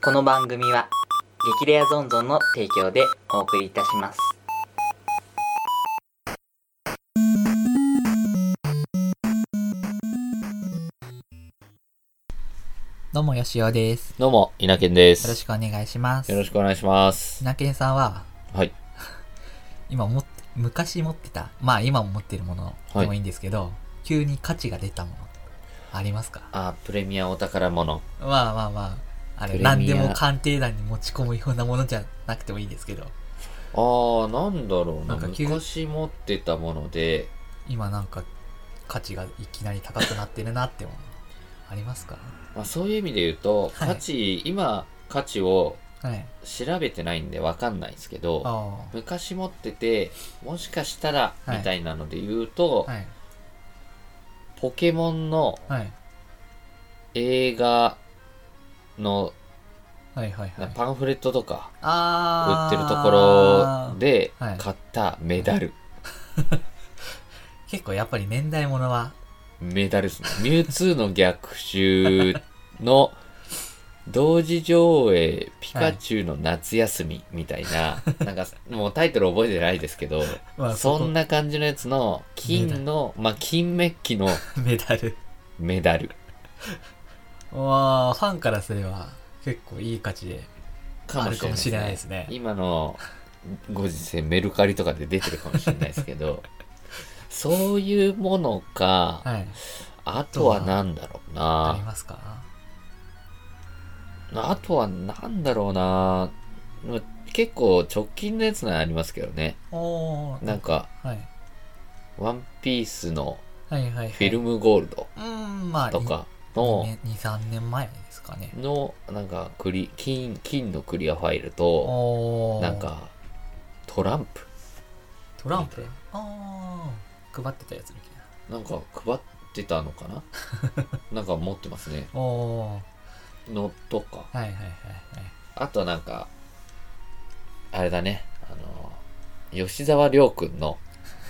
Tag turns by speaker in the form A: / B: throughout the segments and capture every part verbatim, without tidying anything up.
A: この番組は激レアゾンゾンの提供でお送りいたします。どうもよしおです。
B: どうも稲健です。
A: よろしくお願いします。
B: よろしくお願いします。
A: 稲健さんは
B: はい
A: 今も昔持ってた、まあ今も持ってるものでもいいんですけど、はい、急に価値が出たものありますか？
B: あ、プレミアお宝物。
A: まあまあまああれ何でも鑑定団に持ち込むようなものじゃなくてもいいですけど。
B: ああ、なんだろうな。
A: なんか
B: 昔持ってたもので
A: 今なんか価値がいきなり高くなってるなってものありますか？
B: まあ、そういう意味で言うと、はい、価値今価値を調べてないんで分かんないですけど、はい、昔持っててもしかしたらみたいなので言うと、はいはい、ポケモンの映画の
A: はいはいはい、
B: パンフレットとか売ってるところで買ったメダル、
A: はい、結構やっぱり年代物は
B: メダルですね。ミュウツーの逆襲の同時上映ピカチュウの夏休みみたいな、はい、なんかもうタイトル覚えてないですけど、まあ、そ, そんな感じのやつの金のまあ金メッキの
A: メダル
B: メダル
A: わあ、ファンからすれば結構いい価値であるかもしれないですね。
B: 今のご時世メルカリとかで出てるかもしれないですけどそういうものか、はい、あとは何だろうな。
A: ありますか？
B: あとは何だろうな。結構直近のやつならありますけどね。おなんか、はい、ワンピースのフィルムゴールドとかの
A: に、さんねんまえですかね。
B: のなんかクリ金金のクリアファイルとなんかトランプ
A: トランプああ配ってたやつみたい
B: な。なんか配ってたのかななんか持ってますね。おのとか。はいはいはいはい。あとなんかあれだね、あの吉沢亮くんの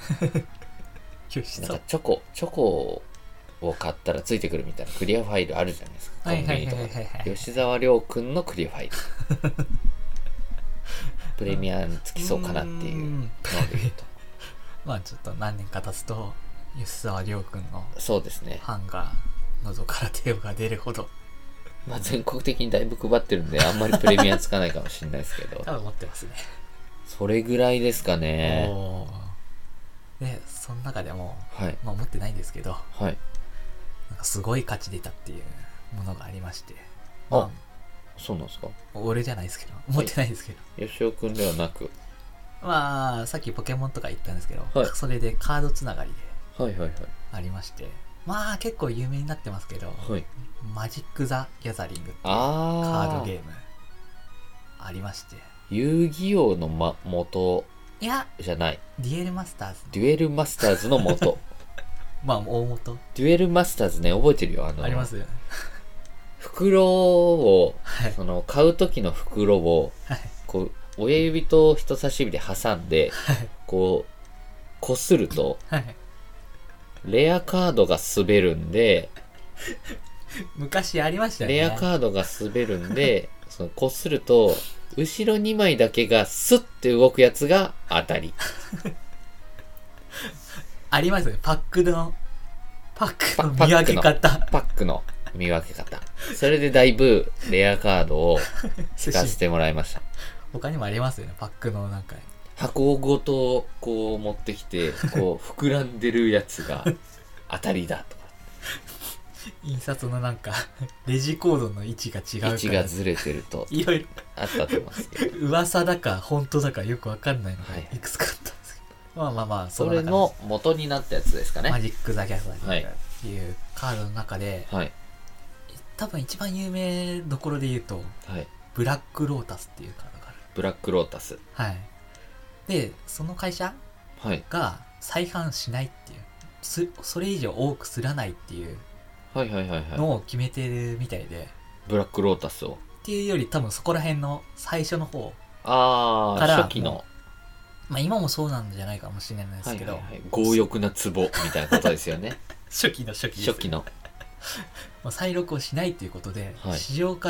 B: なんかチョコチョコを買ったらついてくるみたいなクリアファイルあるじゃないですか。コンビニとかで吉沢亮くんのクリアファイルプレミアにつきそうかなっていうので言うと
A: まあちょっと何年か経つと吉沢亮くんの
B: そうですね
A: 版が喉から手が出るほど
B: まあ全国的にだいぶ配ってるんであんまりプレミアつかないかもしれないですけど
A: 多分持ってますね。
B: それぐらいですかね。
A: おでその中でも、
B: はい、
A: まあ持ってないんですけど、
B: はい、
A: なんかすごい価値出たっていうものがありまして。
B: あ、まあ、そうなんですか？
A: 俺じゃないですけど持ってないですけど、
B: はい、吉尾くんではなく
A: まあさっきポケモンとか言ったんですけど、
B: はい、
A: それでカードつながりで
B: はいはいはい
A: ありまして、まあ結構有名になってますけど、
B: はい、
A: マジック・ザ・ギャザリングっていうカードゲームありまして、
B: 遊戯王の、ま、元
A: いや
B: じゃない
A: デュエルマスターズ
B: デュエルマスターズの元
A: まあ大元
B: デュエルマスターズね覚えてるよ。あの
A: ありますよ
B: 袋を、
A: はい、
B: その買う時の袋を、はい、こう親指と人差し指で挟んで、はい、こうこすると、はい、レアカードが滑るんで
A: 昔ありましたよね。
B: レアカードが滑るんでそのこすると後ろにまいだけがスッて動くやつが当たり
A: ありますね。パックのパックの見分け方
B: パックの見分け方それでだいぶレアカードを使わせてもらいました
A: 他にもありますよね。パックのなんか
B: 箱ごとこう持ってきてこう膨らんでるやつが当たりだとか
A: 印刷のなんかレジコードの位置が違うから
B: 位置がずれてると
A: いろいろ
B: あったと思いますけど
A: 噂だか本当だかよくわかんないのがいくつかあったんですけど、はい、まあまあまあ
B: それの元になったやつですかね。
A: マジック・ザ・ギャザリングっていうカードの中で、はい、多分一番有名どころで言うと、はい、ブラックロータスっていうカードがある。
B: ブラックロータス、
A: はい。でその会社が再販しないっていう、すそれ以上多くすらないっていうのを決めてるみたいで、
B: ブラックロータスを
A: っていうより多分そこら辺の最初の方
B: あ
A: から
B: 初期の
A: まあ今もそうなんじゃないかもしれないですけど、はいはいはい、
B: 強欲な壺みたいなことですよね
A: 初期の初期です、
B: 初期の
A: 再録をしないということで、はい、市場から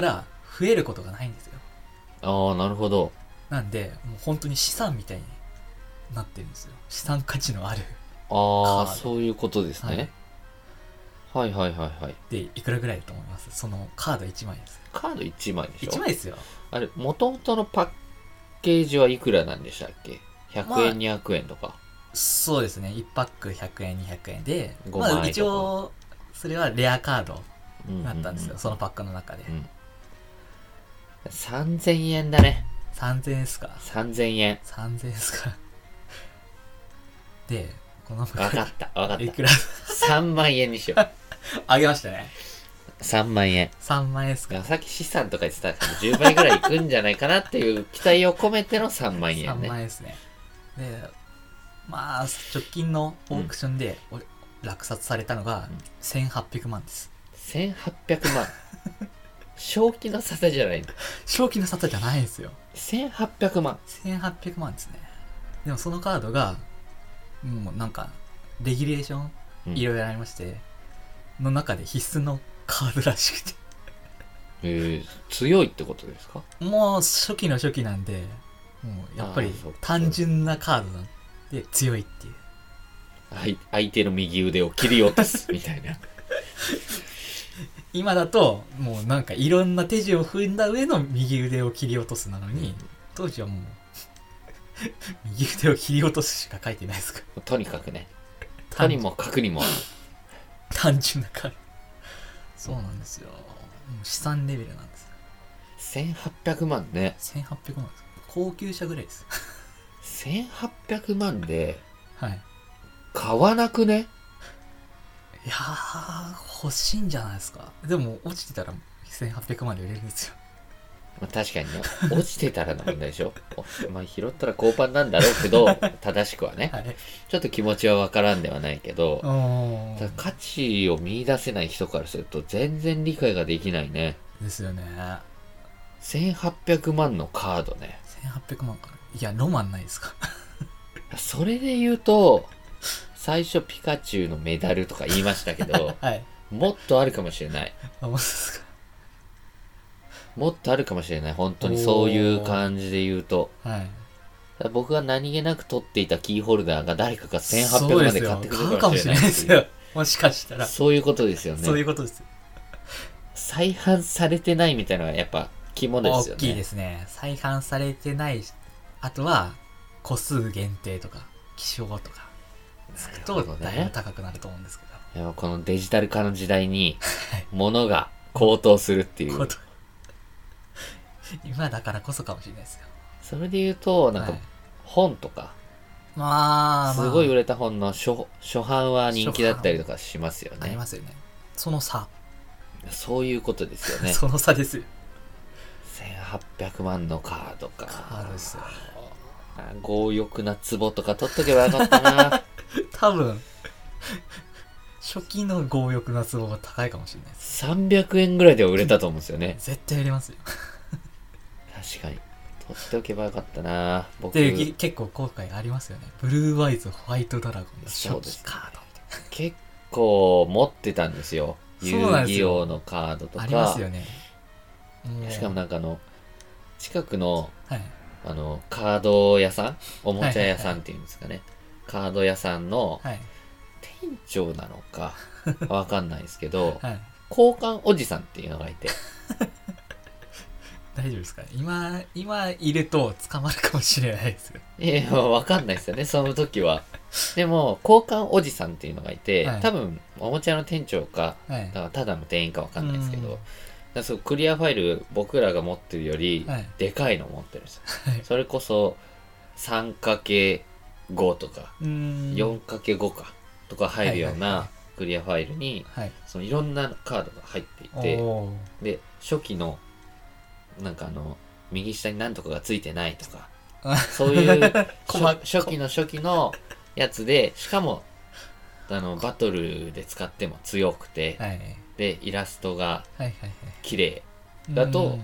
A: 増えることがないんですよ。
B: ああ、なるほど。
A: なんでもう本当に資産みたいになってるんですよ。資産価値のある
B: ああ、そういうことですね、はい、はいはいはいはい
A: で、いくらぐらいだと思います？そのカードいちまいです。
B: カードいちまいでしょ。
A: いちまいですよ。
B: あれ、元々のパッケージはいくらなんでしたっけ？ ひゃく 円、まあ、にひゃくえんとか。
A: そうですね。いちパックひゃくえんにひゃくえんで、ごまんえんとか、まあ、一応それはレアカードだったんですよ、うんうんうん、そのパックの中で、うん、
B: さんぜんえんだね。
A: さんぜんえんですか？
B: さんぜんえん。
A: さんぜんえんですか？で、この
B: 分かった分かった。
A: いくら
B: さんまんえんにしよう。
A: あげましたね。
B: さんまんえん。
A: さんまんえんですか？
B: さっき資産とか言ってたからじゅうばいぐらいいくんじゃないかなっていう期待を込めてのさんまんえんね。
A: さんまんえんですね。で、まあ直近のオークションで、うん、落札されたのがせんはっぴゃくまんです。
B: せんはっぴゃくまん。正気の沙汰じゃないの？
A: 正気の沙汰じゃないんですよ。
B: せんはっぴゃくまん。
A: せんはっぴゃくまんですね。でもそのカードがもうなんかレギュレーションいろいろありまして、うん、の中で必須のカードらしくて
B: えー、強いってことですか？
A: もう初期の初期なんで、もうやっぱり単純なカードなんで強いっていう。
B: 相手の右腕を切り落とすみたいな。
A: 今だともうなんかいろんな手順を踏んだ上の右腕を切り落とすなのに、うん、当時はもう右腕を切り落とすしか書いてないですか？
B: とにかくね。とにもかくにも
A: 単純なカード。そうなんですよ。もう資産レベルなんです。
B: せんはっぴゃくまんね。
A: せんはっぴゃくまんです。高級車ぐらいです。
B: せんはっぴゃくまんで
A: はい
B: 買わなくね？
A: いやー欲しいんじゃないですか。でも落ちてたらせんはっぴゃくまんで売れるんですよ。
B: まあ、確かにね、落ちてたらの問題でしょ。まあ拾ったら交番なんだろうけど、正しくはね、はい、ちょっと気持ちはわからんではないけど、価値を見出せない人からすると全然理解ができないね。
A: ですよね。
B: せんはっぴゃくまんのカードね。
A: せんはっぴゃくまんか。いやロマンないですか？
B: それで言うと最初ピカチュウのメダルとか言いましたけど、はい、もっとあるかもしれない。
A: あ、もっすか。
B: もっとあるかもしれない。本当にそういう感じで言うと、はい、僕が何気なく取っていたキーホルダーが誰かがせんはっぴゃくまんで買ってくれるかもしれないですよ。
A: もしかしたら
B: そういうことですよね。
A: そういうことです。
B: 再販されてないみたいなのがやっぱ肝ですよね。
A: 大きいですね。再販されてない。あとは個数限定とか希少とかつくとだいぶ高くなると思うんですけど、
B: いやこのデジタル化の時代に物が高騰するっていう
A: 今だからこそかもしれないですよ。
B: それで言うとなんか本とか、はい、まあすごい売れた本の 初, 初版は人気だったりとかしますよね。
A: ありますよね。その差。
B: そういうことですよね。
A: その差ですよ。
B: せんはっぴゃくまんのカードか。
A: カードですよ。
B: 強欲な壺とか取っとけばよかったな。
A: 多分初期の強欲な壺が高いかもしれないです。
B: さんびゃくえんぐらいでは売れたと思うんですよね。
A: 絶対売れますよ。
B: 確かに取っておけばよかったな。
A: 僕で結構後悔ありますよね。ブルーアイズホワイトドラゴンの初期カードみたいな。
B: 結構持ってたんですよ。遊戯王のカードとか
A: ありますよね。
B: しかもなんかあの近くの、はい、あのカード屋さん、おもちゃ屋さんっていうんですかね、はいはいはい、カード屋さんの店長なのかわかんないですけど、はい、交換おじさんっていうのがいて
A: 大丈夫ですか？今今いると捕まるかもしれないですよ。
B: いやわかんないですよねその時は。でも交換おじさんっていうのがいて、はい、多分おもちゃの店長か、はい、だからただの店員かわかんないですけど、だそうクリアファイル僕らが持ってるよりでかいの持ってるんですよ、はい、それこそ さんかけご とか よんかけご かとか入るようなクリアファイルに、はい、そのいろんなカードが入っていて、で初期のなんかあの右下に何とかがついてないとかそういう初期の初期のやつで、しかもあのバトルで使っても強くて、はい、でイラストが綺麗だと、はいはいはい、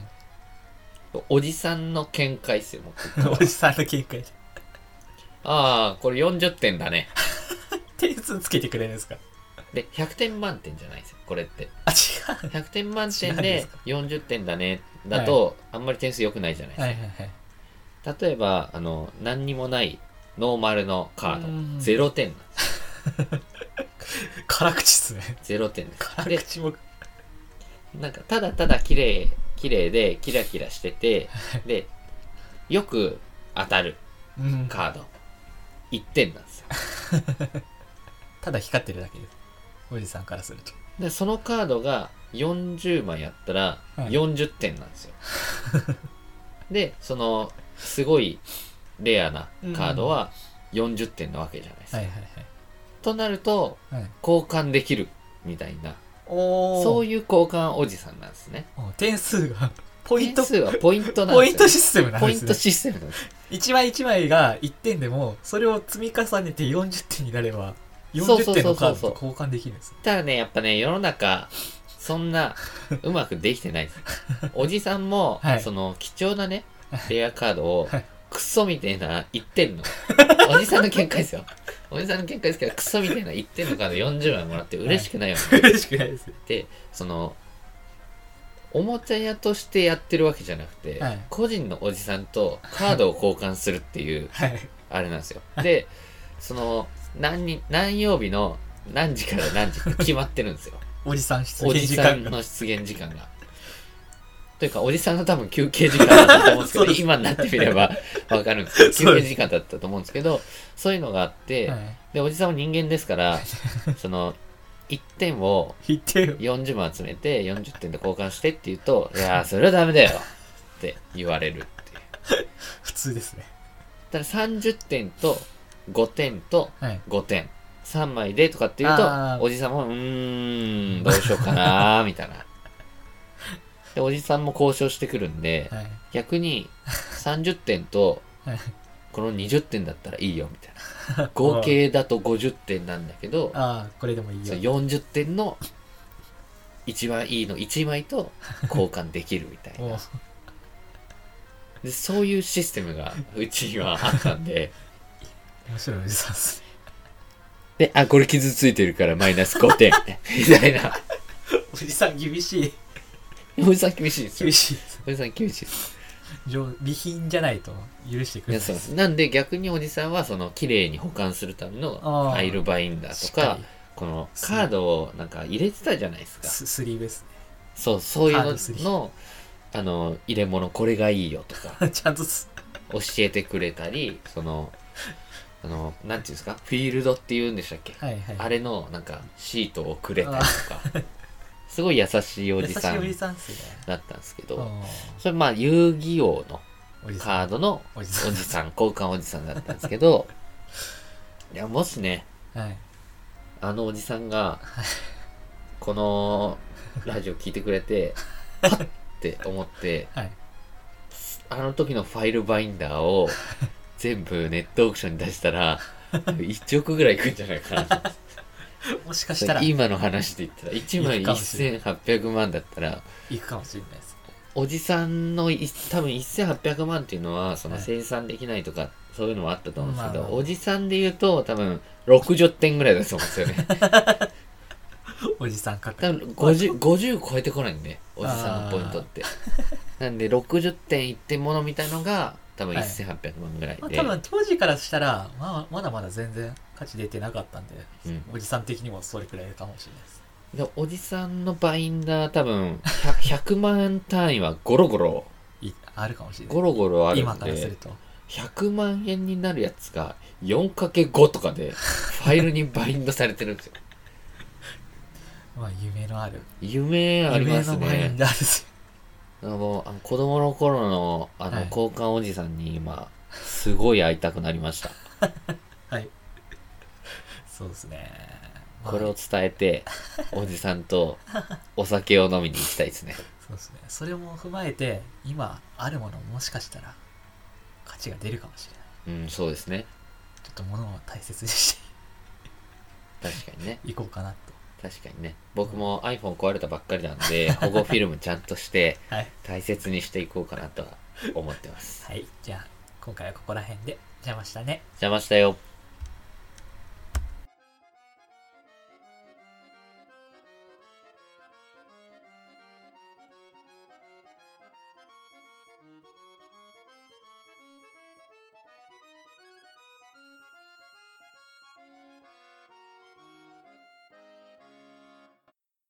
B: おじさんの見解っすよ。
A: おじさんの見解。
B: ああこれよんじゅってんだね。
A: 点数つけてくれるんですか？
B: でひゃくてん満点じゃないですよこれって。
A: あ、違う。
B: ひゃくてん満点でよんじゅってんだねだと、あんまり点数良くないじゃないですか。はいはいはい、例えばあの何にもないノーマルのカードゼロてんなんですよ。
A: 辛口っすね。
B: ゼロてんです。
A: 辛口も
B: なんかただただ綺麗綺麗でキラキラしててでよく当たるカード、うん、いってんなんですよ。
A: ただ光ってるだけですおじさんからすると。
B: でそのカードがよんじゅうまいあったらよんじゅってんなんですよ、はい、でそのすごいレアなカードはよんじゅってんなわけじゃないですか、はいはいはい、となると、はい、交換できるみたいな、そういう交換おじさんなんですね。
A: 点数がポイント
B: 点数はポイントなんですよ。
A: ポイントシステムなんですね。
B: ポイントシステムなんです。
A: いちまいいちまいがいってんでもそれを積み重ねてよんじゅってんになればよんじゅってんのカードと交換できるんです。
B: ただねやっぱね世の中そんなうまくできてないです。おじさんも、はい、その貴重なねレアカードをクソみたいないってんのおじさんの見解ですよ。おじさんの見解ですけどクソみたいないってんのカードよんじゅうまいもらって嬉しくないよね、
A: はい、嬉しくないです。
B: でそのおもちゃ屋としてやってるわけじゃなくて、はい、個人のおじさんとカードを交換するっていう、はい、あれなんですよ。でその 何, 何曜日の何時から何時って決まってるんですよ。
A: おじさん出現時間が。
B: おじさんの出現時間が。というかおじさんの多分休憩時間だったと思うんですけど今になってみれば分かるんですけど休憩時間だったと思うんですけどそういうのがあって、はい、でおじさんも人間ですからそのいってんをよんじゅうまい集めてよんじゅってんで交換してって言うといやーそれはダメだよって言われるっていう
A: 普通ですね。
B: たださんじゅってんとごてんとごてん、はい、さんまいでとかって言うとおじさんもうーんどうしようかなーみたいなでおじさんも交渉してくるんで、はい、逆にさんじゅってんとこのにじゅってんだったらいいよみたいな合計だとごじゅってんなんだけど
A: あこれでもいいよ
B: よんじゅってんの一番いいのいちまいと交換できるみたいなでそういうシステムがうちにはあったんで
A: 面白いおじさんです
B: であこれ傷ついてるからマイナスごてんみたいな
A: おじさん厳しい
B: おじさん厳しいですよ。
A: 厳しいです。
B: おじさん厳しいです。
A: 備品じゃないと許してくれないです。いやそう
B: なんで逆におじさんはその綺麗に保管するためのファイルバインダーとかこのカードをなんか入れてたじゃないですか。
A: ス, スリーブですね。
B: そうそういうののあの入れ物これがいいよとか
A: ちゃんと
B: 教えてくれたりそのあのなんていうんですかフィールドっていうんでしたっけ、はいはい、あれのなんかシートをくれたりとか。すごい優しいおじさんだったんですけど、それまあ遊戯王のカードのおじさん、交換おじさんだったんですけど、いやもしね、はい、あのおじさんがこのラジオ聞いてくれて、はっって思って、はい、あの時のファイルバインダーを全部ネットオークションに出したらいちおくぐらいいくんじゃないかな。
A: もしかしたら
B: 今の話で言ったらいちまいせんはっぴゃくまんだったら
A: いくかもしれないです。
B: おじさんの多分せんはっぴゃくまんっていうのはその生産できないとか、はい、そういうのもあったと思うんですけど、まあまあ、おじさんで言うと多分ろくじゅってんぐらいだと思うんですよね。
A: おじさんか
B: 多分 ごじゅう, ごじゅう超えてこないんでおじさんのポイントってなんでろくじゅってんいってんものみたいのが多分せんはっぴゃくまんぐらいで、はい
A: まあ、多分当時からしたら、まあ、まだまだ全然価値出てなかったんで、うん、おじさん的にもそれくらいかもしれないです。
B: でおじさんのバインダー多分 ひゃくまん単位はゴロゴロ
A: あるかもしれない。
B: ゴロゴロあるんで
A: 今からすると
B: ひゃくまんえんになるやつが よんかけるご とかでファイルにバインドされてるんですよ。
A: まあ夢のある
B: 夢ありますね。
A: 夢のバインダーです
B: よ。もうあの子供の頃のあの交換おじさんに今すごい会いたくなりました。
A: はいそうですね、
B: まあ、これを伝えておじさんとお酒を飲みに行きたいですね。
A: そうですね。それも踏まえて今あるものもしかしたら価値が出るかもしれない。
B: うんそうですね。
A: ちょっと物を大切にして
B: 確かにね
A: 行こうかなと。
B: 確かにね僕も iPhone 壊れたばっかりなんで保護フィルムちゃんとして大切にしていこうかなとは思ってます。
A: はい、じゃあ今回はここら辺で邪魔したね。
B: 邪魔したよ。